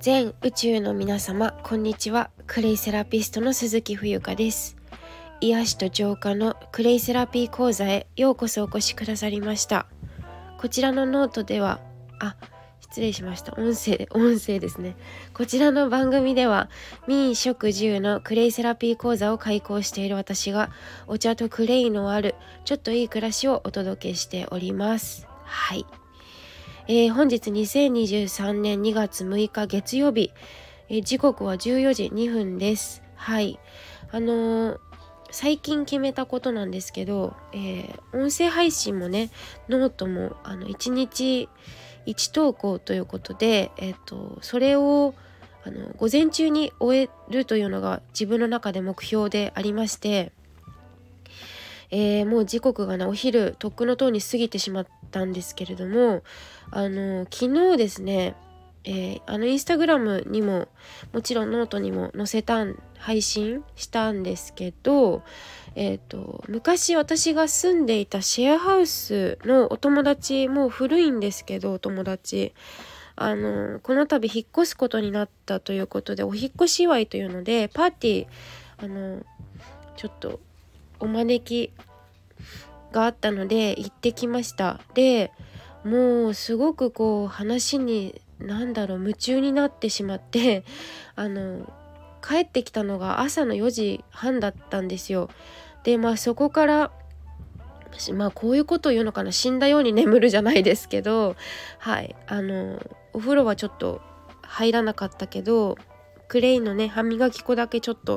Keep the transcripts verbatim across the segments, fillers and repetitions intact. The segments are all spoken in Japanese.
全宇宙の皆様こんにちは。クレイセラピストの鈴木冬香です。癒しと浄化のクレイセラピー講座へようこそお越しくださりました。こちらのノートではあ失礼しました音声音声ですねこちらの番組では民食住のクレイセラピー講座を開講している私がお茶とクレイのあるちょっといい暮らしをお届けしております。はい、えー、本日にせんにじゅうさんねんにがつむいか月曜日、えー、時刻はじゅうよじにふんです。はいあのー、最近決めたことなんですけど、えー、音声配信もねノートもあのいちにちいち投稿ということで、えーと、それをあの午前中に終えるというのが自分の中で目標でありまして、えー、もう時刻がねお昼とっくのとうに過ぎてしまったんですけれども、あの昨日ですね、えー、あのインスタグラムにももちろんノートにも載せたん配信したんですけど、えーと、昔私が住んでいたシェアハウスのお友達、もう古いんですけどお友達あのこの度引っ越すことになったということで、お引っ越し祝いというのでパーティーあのちょっとお招きがあったので行ってきました。でもうすごくこう話に何だろう夢中になってしまってあの帰ってきたのが朝のよじはんだったんですよ。でまあそこからまあこういうことを言うのかな、死んだように眠るじゃないですけど、はいあのお風呂はちょっと入らなかったけどクレイのね歯磨き粉だけちょっと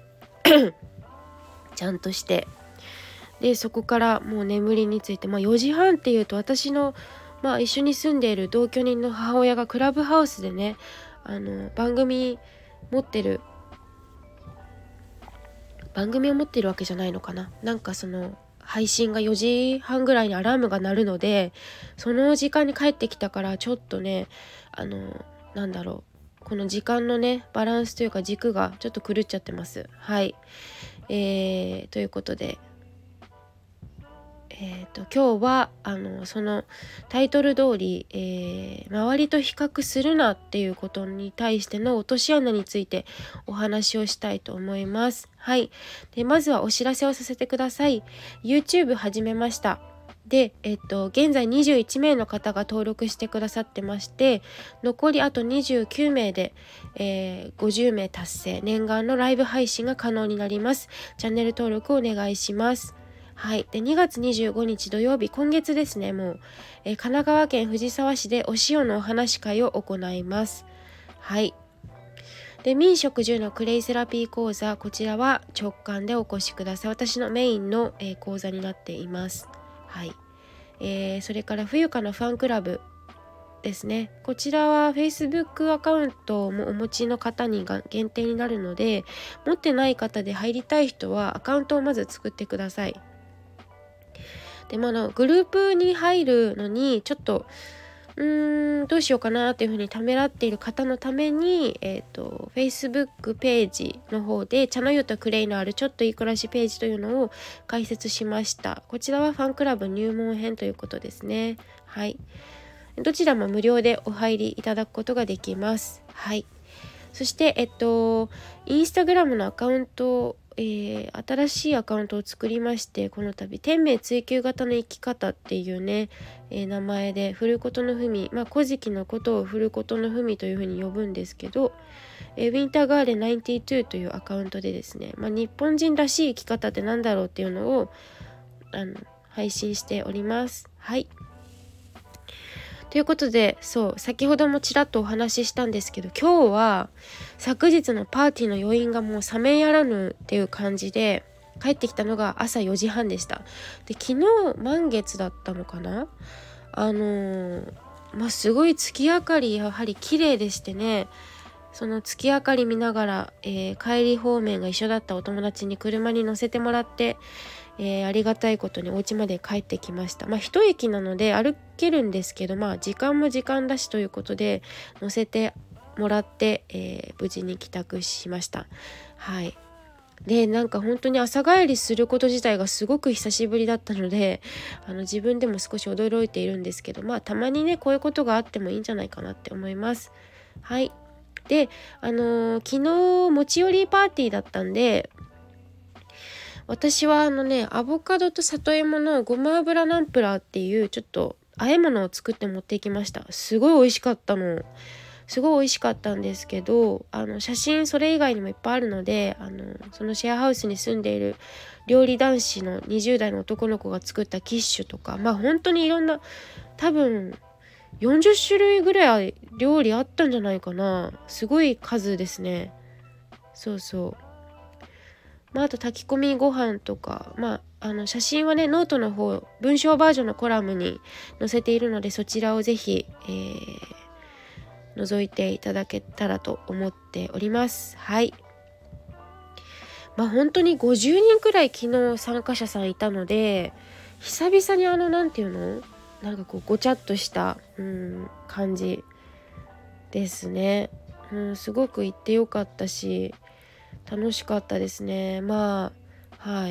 ちゃんとして、でそこからもう眠りについて、まあ、よじはんっていうと私の、まあ、一緒に住んでいる同居人の母親がクラブハウスでねあの番組持ってる番組を持ってるわけじゃないのかな、なんかその配信がよじはんぐらいにアラームが鳴るので、その時間に帰ってきたからちょっとねあのなんだろうこの時間のねバランスというか軸がちょっと狂っちゃってます。はい、えー、ということでえー、と今日はあのそのタイトル通り、えー、周りと比較するなっていうことに対しての落とし穴についてお話をしたいと思います。はい、でまずはお知らせをさせてください。 YouTube 始めました。で、えっと、現在にじゅういちめいの方が登録してくださってまして、残りあとにじゅうきゅうめいで、えー、ごじゅうめい達成、念願のライブ配信が可能になります。チャンネル登録お願いします。はい、でにがつにじゅうごにち土曜日、今月ですねもう、えー、神奈川県藤沢市でお塩のお話し会を行います。はい、で民食住のクレイセラピー講座、こちらは直感でお越しください。私のメインの、えー、講座になっています。はい、えー、それから冬香のファンクラブですね、こちらは Facebook アカウントもお持ちの方にが限定になるので、持ってない方で入りたい人はアカウントをまず作ってください。でもあのグループに入るのにちょっとうーんどうしようかなっていうふうにためらっている方のために、えーと、Facebook ページの方で茶の湯とクレイのあるちょっといい暮らしページというのを開設しました。こちらはファンクラブ入門編ということですね。はい、どちらも無料でお入りいただくことができます。はい、そしてえっとインスタグラムのアカウント、えー、新しいアカウントを作りまして、この度天命追求型の生き方っていうね、えー、名前で振ることのふみ、まあ古事記のことを振ることのふみというふうに呼ぶんですけど、えー、ウィンターガーデンナインティーツーというアカウントでですね、まあ、日本人らしい生き方ってなんだろうっていうのをあの配信しております。はい、ということで、そう先ほどもちらっとお話ししたんですけど、今日は昨日のパーティーの余韻がもう冷めやらぬっていう感じで、帰ってきたのが朝よじはんでした。で昨日満月だったのかな、あのー、まあすごい月明かりやはり綺麗でしてね、その月明かり見ながら、えー、帰り方面が一緒だったお友達に車に乗せてもらって、えー、ありがたいことにお家まで帰ってきました。まあ一駅なので歩けるんですけど、まあ時間も時間だしということで乗せてもらって、えー、無事に帰宅しました。はい、でなんか本当に朝帰りすること自体がすごく久しぶりだったので、あの自分でも少し驚いているんですけど、まあたまにねこういうことがあってもいいんじゃないかなって思います。はい、 であのー、昨日持ち寄りパーティーだったんで、私はあのねアボカドと里芋のごま油ナンプラーっていうちょっと和え物を作って持ってきました。すごい美味しかったの。すごい美味しかったんですけど、あの写真それ以外にもいっぱいあるので、あのそのシェアハウスに住んでいる料理男子のにじゅう代の男の子が作ったキッシュとか、まあ本当にいろんな、多分よんじゅっしゅるいぐらい料理あったんじゃないかな。すごい数ですね。そうそう。まあ、あと炊き込みご飯とか、まあ、あの写真はねノートの方文章バージョンのコラムに載せているので、そちらをぜひ、えー、覗いていただけたらと思っております。はい。まあ本当にごじゅうにんくらい昨日参加者さんいたので、久々にあのなんていうのなんかこうごちゃっとした、うん、感じですね。うん、すごく行ってよかったし楽しかったですね。まあはい。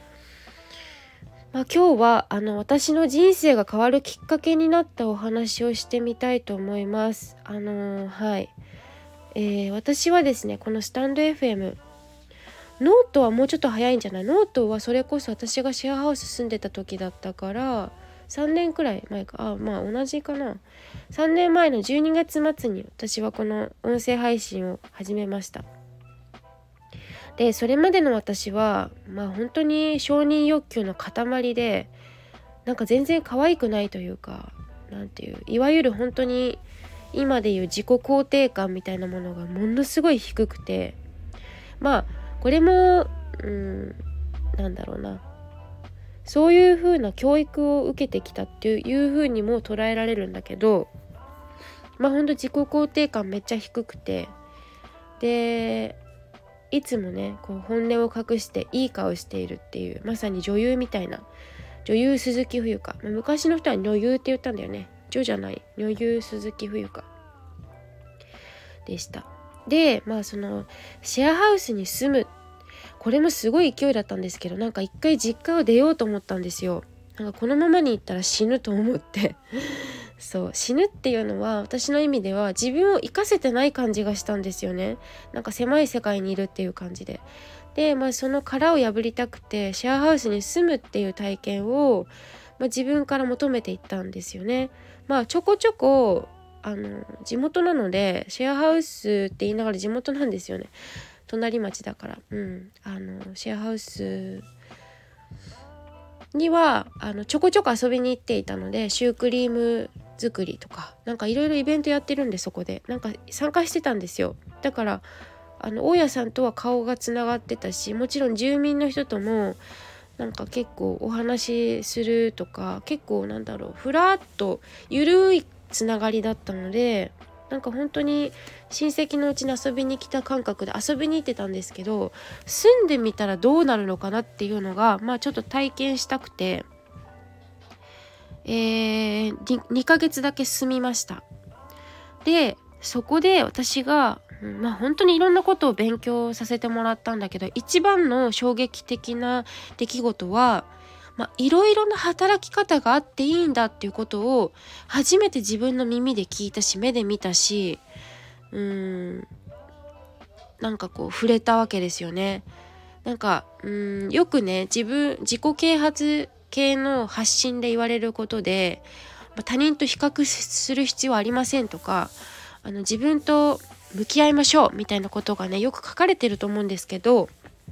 まあ、今日はあの私の人生が変わるきっかけになったお話をしてみたいと思います。あのー、はい、えー、私はですねこのスタンド エフエム、ノートはもうちょっと早いんじゃない？ノートはそれこそ私がシェアハウス住んでた時だったからさんねんくらい前か、あまあ同じかな。さんねんまえのじゅうにがつ末に私はこの音声配信を始めました。でそれまでの私はまあ本当に承認欲求の塊で、なんか全然可愛くないというか、なんていういわゆる本当に今でいう自己肯定感みたいなものがものすごい低くて、まあこれもうんなんだろうな、そういう風な教育を受けてきたっていう風にも捉えられるんだけど、まあほんと自己肯定感めっちゃ低くて、でいつもねこう本音を隠していい顔しているっていう、まさに女優みたいな、女優鈴木冬香、昔の人は女優って言ったんだよね。女じゃない、女優鈴木冬香でした。でまあそのシェアハウスに住む、これもすごい勢いだったんですけど、なんか一回実家を出ようと思ったんですよ。なんかこのままに行ったら死ぬと思ってそう死ぬっていうのは私の意味では自分を生かせてない感じがしたんですよね。なんか狭い世界にいるっていう感じで、で、まあ、その殻を破りたくてシェアハウスに住むっていう体験を、まあ、自分から求めていったんですよね。まあちょこちょこあの地元なのでシェアハウスって言いながら地元なんですよね。隣町だから、うん、あのシェアハウスにはあのちょこちょこ遊びに行っていたので、シュークリーム作りとかなんかいろいろイベントやってるんで、そこでなんか参加してたんですよ。だからあの大家さんとは顔がつながってたし、もちろん住民の人ともなんか結構お話しするとか、結構なんだろうふらっとゆるいつながりだったので、なんか本当に親戚のうちに遊びに来た感覚で遊びに行ってたんですけど、住んでみたらどうなるのかなっていうのがまあちょっと体験したくて、えー、に, にかげつだけ住みました。でそこで私がまあ本当にいろんなことを勉強させてもらったんだけど、一番の衝撃的な出来事は、まあ、いろいろな働き方があっていいんだっていうことを初めて自分の耳で聞いたし目で見たし、うーんなんかこう触れたわけですよね。なんかうーんよくね自分自己啓発系の発信で言われることで、まあ、他人と比較する必要はありませんとか、あの自分と向き合いましょうみたいなことがねよく書かれてると思うんですけど、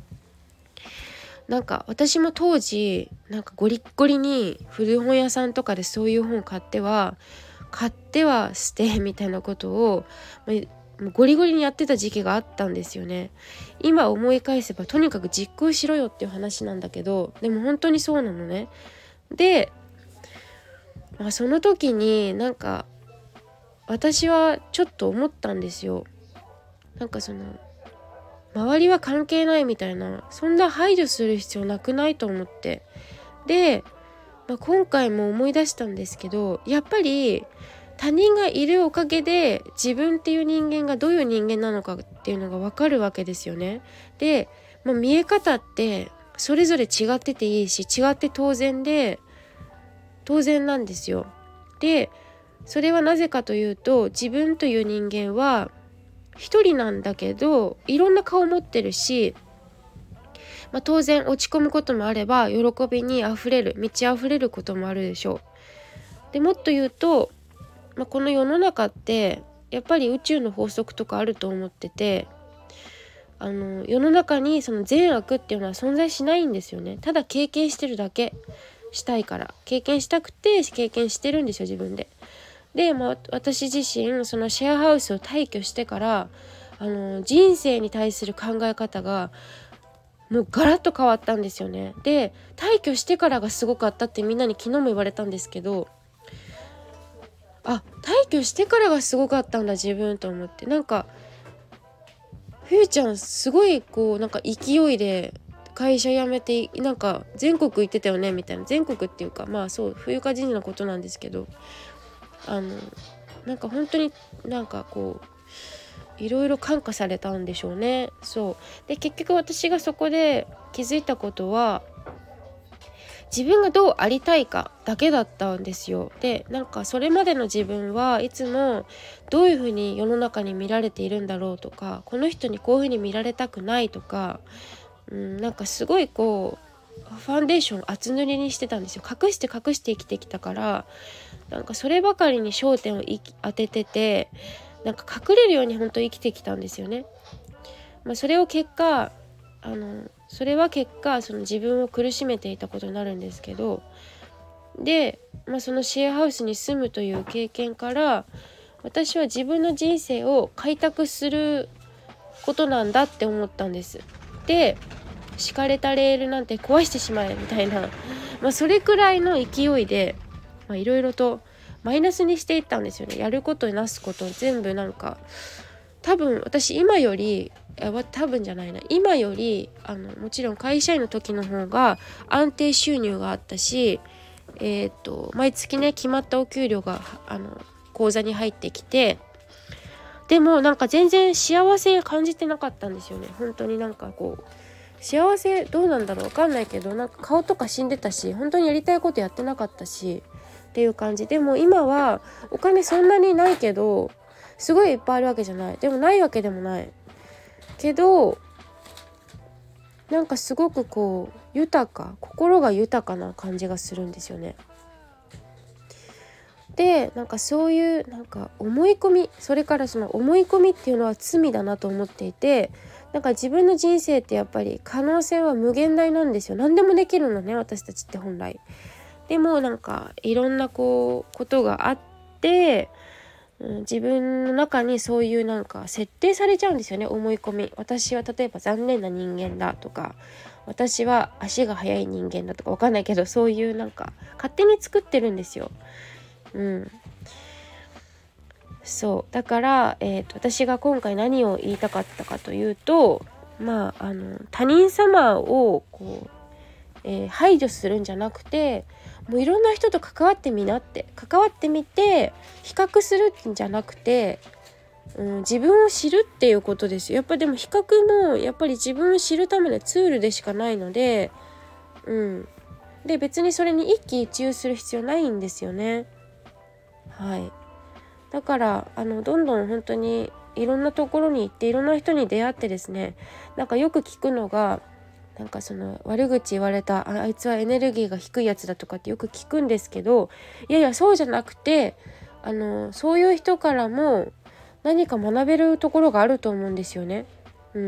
なんか私も当時なんかゴリッゴリに古本屋さんとかでそういう本を買っては買っては捨てみたいなことをゴリゴリにやってた時期があったんですよね。今思い返せばとにかく実行しろよっていう話なんだけど、でも本当にそうなのね。で、まあ、その時になんか私はちょっと思ったんですよ。なんかその周りは関係ないみたいな、そんな排除する必要なくないと思って。で、まあ、今回も思い出したんですけど、やっぱり他人がいるおかげで自分っていう人間がどういう人間なのかっていうのが分かるわけですよね。で、まあ、見え方ってそれぞれ違ってていいし、違って当然で当然なんですよ。でそれはなぜかというと、自分という人間は一人なんだけどいろんな顔持ってるし、まあ、当然落ち込むこともあれば喜びにあふれる満ちあふれることもあるでしょう。でもっと言うと、まあ、この世の中ってやっぱり宇宙の法則とかあると思ってて、あの世の中にその善悪っていうのは存在しないんですよね。ただ経験してるだけ、したいから経験したくて経験してるんですよ、自分で。で、まあ、私自身そのシェアハウスを退去してからあの人生に対する考え方がもうガラッと変わったんですよね。で、退去してからがすごかったってみんなに昨日も言われたんですけど、あ、退去してからがすごかったんだ自分と思って、なんかふゆちゃんすごいこうなんか勢いで会社辞めてなんか全国行ってたよねみたいな、全国っていうかまあそう冬香神社のことなんですけど、あのなんか本当になんかこういろいろ感化されたんでしょうね。そうで結局私がそこで気づいたことは自分がどうありたいかだけだったんですよ。でなんかそれまでの自分はいつもどういうふうに世の中に見られているんだろうとか、この人にこういうふうに見られたくないとか、うん、なんかすごいこうファンデーション厚塗りにしてたんですよ。隠して隠して生きてきたから、なんかそればかりに焦点を当ててて、なんか隠れるように本当生きてきたんですよね。まあ、それを結果あのそれは結果その自分を苦しめていたことになるんですけど、で、まあ、そのシェアハウスに住むという経験から私は自分の人生を開拓することなんだって思ったんです。で、敷かれたレールなんて壊してしまえみたいな、まあ、それくらいの勢いでいろいろとマイナスにしていったんですよね。やることなすこと全部なんか多分私今より多分じゃないな今よりあのもちろん会社員の時の方が安定収入があったし、えー、と毎月ね決まったお給料があの口座に入ってきて、でもなんか全然幸せ感じてなかったんですよね。本当になんかこう幸せどうなんだろう分かんないけど、なんか顔とか死んでたし本当にやりたいことやってなかったしっていう感じ。でも今はお金そんなにないけどすごいいっぱいあるわけじゃない、でもないわけでもないけど、なんかすごくこう豊か心が豊かな感じがするんですよね。でなんかそういうなんか思い込み、それからその思い込みっていうのは罪だなと思っていて、なんか自分の人生ってやっぱり可能性は無限大なんですよ。何でもできるのね、私たちって本来。でもなんかいろんなこうことがあって、うん、自分の中にそういうなんか設定されちゃうんですよね、思い込み。私は例えば残念な人間だとか、私は足が速い人間だとかわかんないけど、そういうなんか勝手に作ってるんですよ。うん、そうだから、えーと、私が今回何を言いたかったかというと、まああの他人様をこう、えー、排除するんじゃなくて、もういろんな人と関わってみなって関わってみて比較するんじゃなくて、うん、自分を知るっていうことですよ。やっぱでも比較もやっぱり自分を知るためのツールでしかないので、うん、で別にそれに一喜一憂する必要ないんですよね。はい、だからあのどんどん本当にいろんなところに行っていろんな人に出会ってですね、なんかよく聞くのがなんかその悪口言われた あ, あいつはエネルギーが低いやつだとかってよく聞くんですけど、いやいやそうじゃなくて、あのそういう人からも何か学べるところがあると思うんですよね。うん、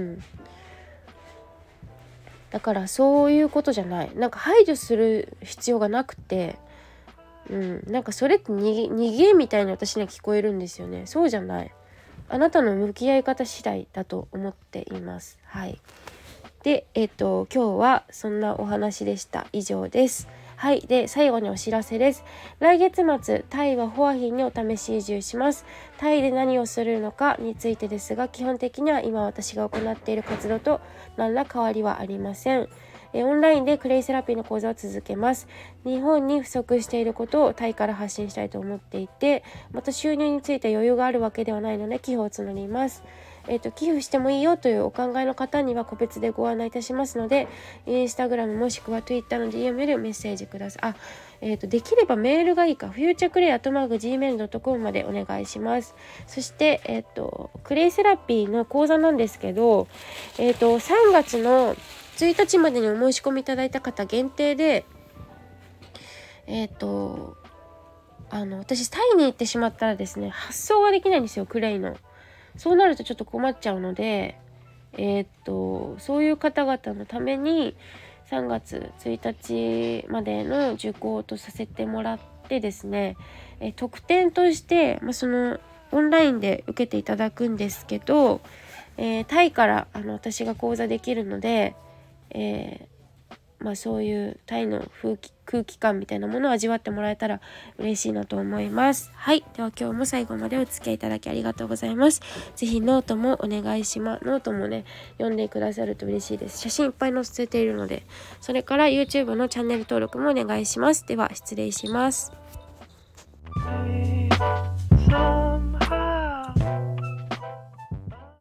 だからそういうことじゃない、なんか排除する必要がなくて、うん、なんかそれって逃げ、逃げみたいに私には聞こえるんですよね。そうじゃない、あなたの向き合い方次第だと思っています。はい。で、えっと今日はそんなお話でした。以上です。はい。で、最後にお知らせです。来月末、タイはホアヒンにお試し移住します。タイで何をするのかについてですが、基本的には今私が行っている活動と何ら変わりはありません。えオンラインでクレイセラピーの講座を続けます。日本に不足していることをタイから発信したいと思っていて、また収入について余裕があるわけではないので寄付を募ります。えーと、寄付してもいいよというお考えの方には個別でご案内いたしますので、インスタグラムもしくは Twitter の ディーエム でメッセージください。あ、 えーと、できればメールがいいか、フューチャークレイアットマーク ジーメールドットコム までお願いします。そして、えーと、クレイセラピーの講座なんですけど、えーと、さんがつのついたちまでにお申し込みいただいた方限定で、えーと、あの私タイに行ってしまったらですね、発送ができないんですよ、クレイの。そうなるとちょっと困っちゃうので、えー、っとそういう方々のためにさんがつついたちまでの受講とさせてもらってですね、え特典として、まあ、そのオンラインで受けていただくんですけど、えー、タイからあの私が講座できるので、えーまあ、そういうタイの空気、空気感みたいなものを味わってもらえたら嬉しいなと思います。はい、では今日も最後までお付き合いいただきありがとうございます。ぜひノートもお願いします。ノートもね読んでくださると嬉しいです。写真いっぱい載せているので、それから YouTube のチャンネル登録もお願いします。では失礼します。